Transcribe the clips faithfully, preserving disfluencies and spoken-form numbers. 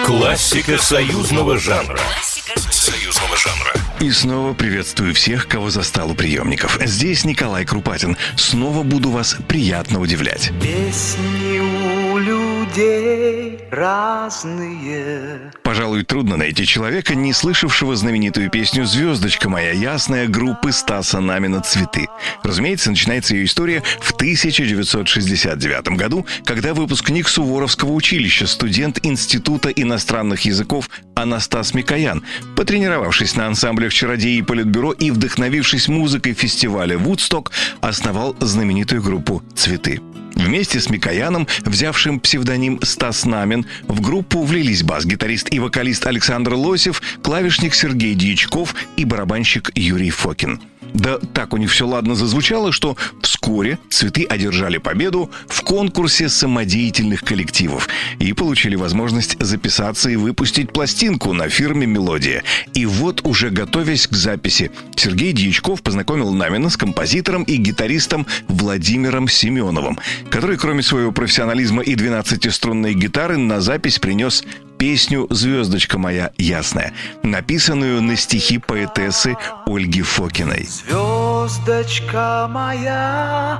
Классика союзного жанра. Союзного жанра. И снова приветствую всех, кого застал у приемников. Здесь Николай Крупатин. Снова буду вас приятно удивлять. Песни у людей разные. Пожалуй, трудно найти человека, не слышавшего знаменитую песню «Звездочка моя ясная» группы Стаса Намина «Цветы». Разумеется, начинается ее история в тысяча девятьсот шестьдесят девятом году, когда выпускник Суворовского училища, студент Института иностранных языков Анастас Микоян, потренировавшись на ансамблях «Чародеи» и «Политбюро» и вдохновившись музыкой фестиваля «Вудсток», основал знаменитую группу «Цветы». Вместе с Микояном, взявшим псевдоним Стас Намин, в группу влились бас-гитарист и вокалист Александр Лосев, клавишник Сергей Дьячков и барабанщик Юрий Фокин. Да так у них все ладно зазвучало, что вскоре «Цветы» одержали победу в конкурсе самодеятельных коллективов и получили возможность записаться и выпустить пластинку на фирме «Мелодия». И вот, уже готовясь к записи, Сергей Дьячков познакомил Намина с композитором и гитаристом Владимиром Семеновым, который, кроме своего профессионализма и двенадцатиструнной гитары, на запись принес песню «Звездочка моя ясная», написанную на стихи поэтессы Ольги Фокиной. Звездочка моя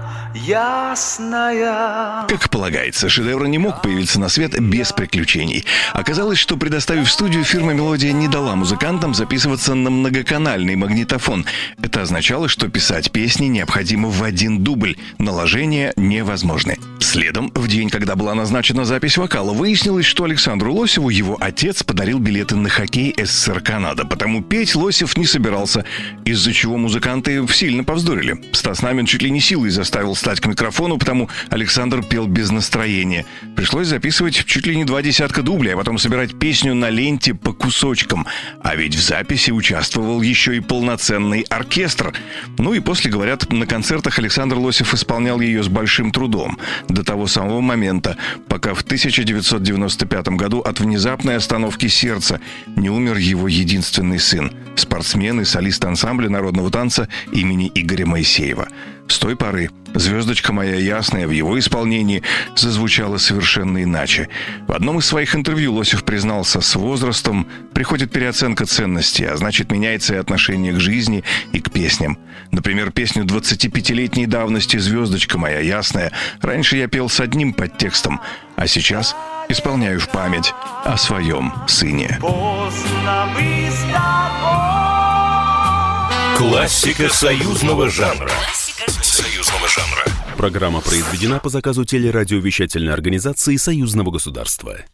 ясная. Как полагается, шедевр не мог появиться на свет без приключений. Оказалось, что, предоставив студию, фирма «Мелодия» не дала музыкантам записываться на многоканальный магнитофон. Это означало, что писать песни необходимо в один дубль. Наложения невозможны. Следом, в день, когда была назначена запись вокала, выяснилось, что Александру Лосеву его отец подарил билеты на хоккей СССР Канада, потому петь Лосев не собирался, из-за чего музыканты сильно повздорили. Стас Намин чуть ли не силой заставил стать к микрофону, потому Александр пел без настроения. Пришлось записывать чуть ли не два десятка дублей, а потом собирать песню на ленте по кусочкам. А ведь в записи участвовал еще и полноценный оркестр. Ну и после, говорят, на концертах Александр Лосев исполнял ее с большим трудом. До того самого момента, пока в тысяча девятьсот девяносто пятом году от внезапной остановки сердца не умер его единственный сын, спортсмен и солист ансамбля народного танца имени Игоря Моисеева. С той поры «Звездочка моя ясная» в его исполнении зазвучала совершенно иначе. В одном из своих интервью Лосев признался, с возрастом приходит переоценка ценностей, а значит, меняется и отношение к жизни и к песням. Например, песню двадцатипятилетней давности «Звездочка моя ясная» раньше я пел с одним подтекстом, а сейчас исполняю в память о своем сыне. Поздно мы с тобой. Классика союзного жанра. Союзного жанра. Программа произведена по заказу телерадиовещательной организации Союзного государства.